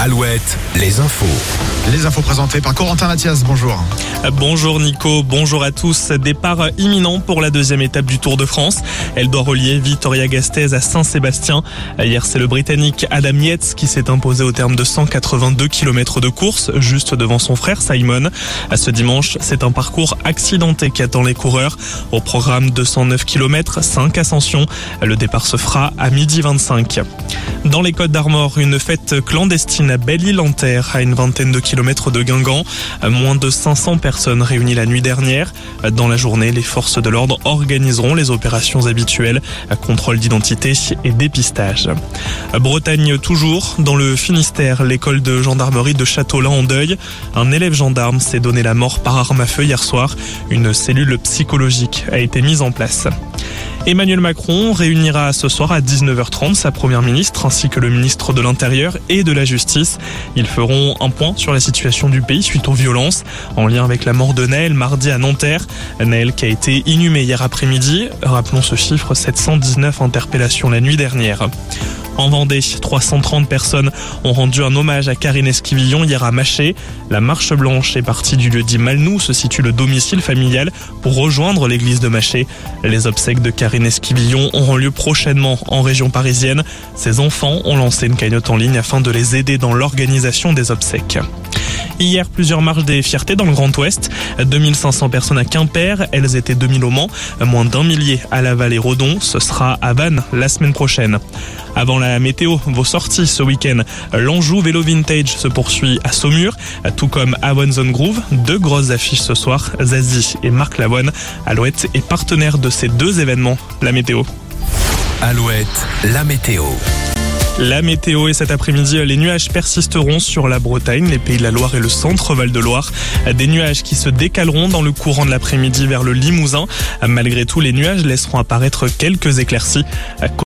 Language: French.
Alouette, les infos. Les infos présentées par Corentin Mathias, bonjour. Bonjour Nico, bonjour à tous. Départ imminent pour la deuxième étape du Tour de France. Elle doit relier Vitoria-Gasteiz à Saint-Sébastien. Hier, c'est le Britannique Adam Yates qui s'est imposé au terme de 182 km de course, juste devant son frère Simon. Ce dimanche, c'est un parcours accidenté qui attend les coureurs. Au programme 209 km, 5 ascensions. Le départ se fera à 12h25. Dans les Côtes d'Armor, une fête clandestine à Belle-Île-en-Terre, à une vingtaine de kilomètres de Guingamp. Moins de 500 personnes réunies la nuit dernière. Dans la journée, les forces de l'ordre organiseront les opérations habituelles, contrôle d'identité et dépistage. Bretagne toujours, dans le Finistère, l'école de gendarmerie de Châteaulin en deuil. Un élève gendarme s'est donné la mort par arme à feu hier soir. Une cellule psychologique a été mise en place. Emmanuel Macron réunira ce soir à 19h30 sa première ministre ainsi que le ministre de l'Intérieur et de la Justice. Ils feront un point sur la situation du pays suite aux violences en lien avec la mort de Naël mardi à Nanterre. Naël qui a été inhumé hier après-midi. Rappelons ce chiffre, 719 interpellations la nuit dernière. En Vendée, 330 personnes ont rendu un hommage à Karine Esquivillon hier à Maché. La marche blanche est partie du lieu-dit Malnou, où se situe le domicile familial, pour rejoindre l'église de Maché. Les obsèques de Karine Esquivillon auront lieu prochainement en région parisienne. Ses enfants ont lancé une cagnotte en ligne afin de les aider dans l'organisation des obsèques. Hier, plusieurs marches des fiertés dans le Grand Ouest. 2500 personnes à Quimper, elles étaient 2000 au Mans, moins d'un millier à Laval et Redon. Ce sera à Vannes la semaine prochaine. Avant la météo, vos sorties ce week-end. L'Anjou Vélo Vintage se poursuit à Saumur, tout comme Avon Zone Groove. Deux grosses affiches ce soir, Zazie et Marc Lavoine. Alouette est partenaire de ces deux événements. La météo. Alouette, la météo. La météo et cet après-midi, les nuages persisteront sur la Bretagne, les Pays de la Loire et le centre Val-de-Loire. Des nuages qui se décaleront dans le courant de l'après-midi vers le Limousin. Malgré tout, les nuages laisseront apparaître quelques éclaircies.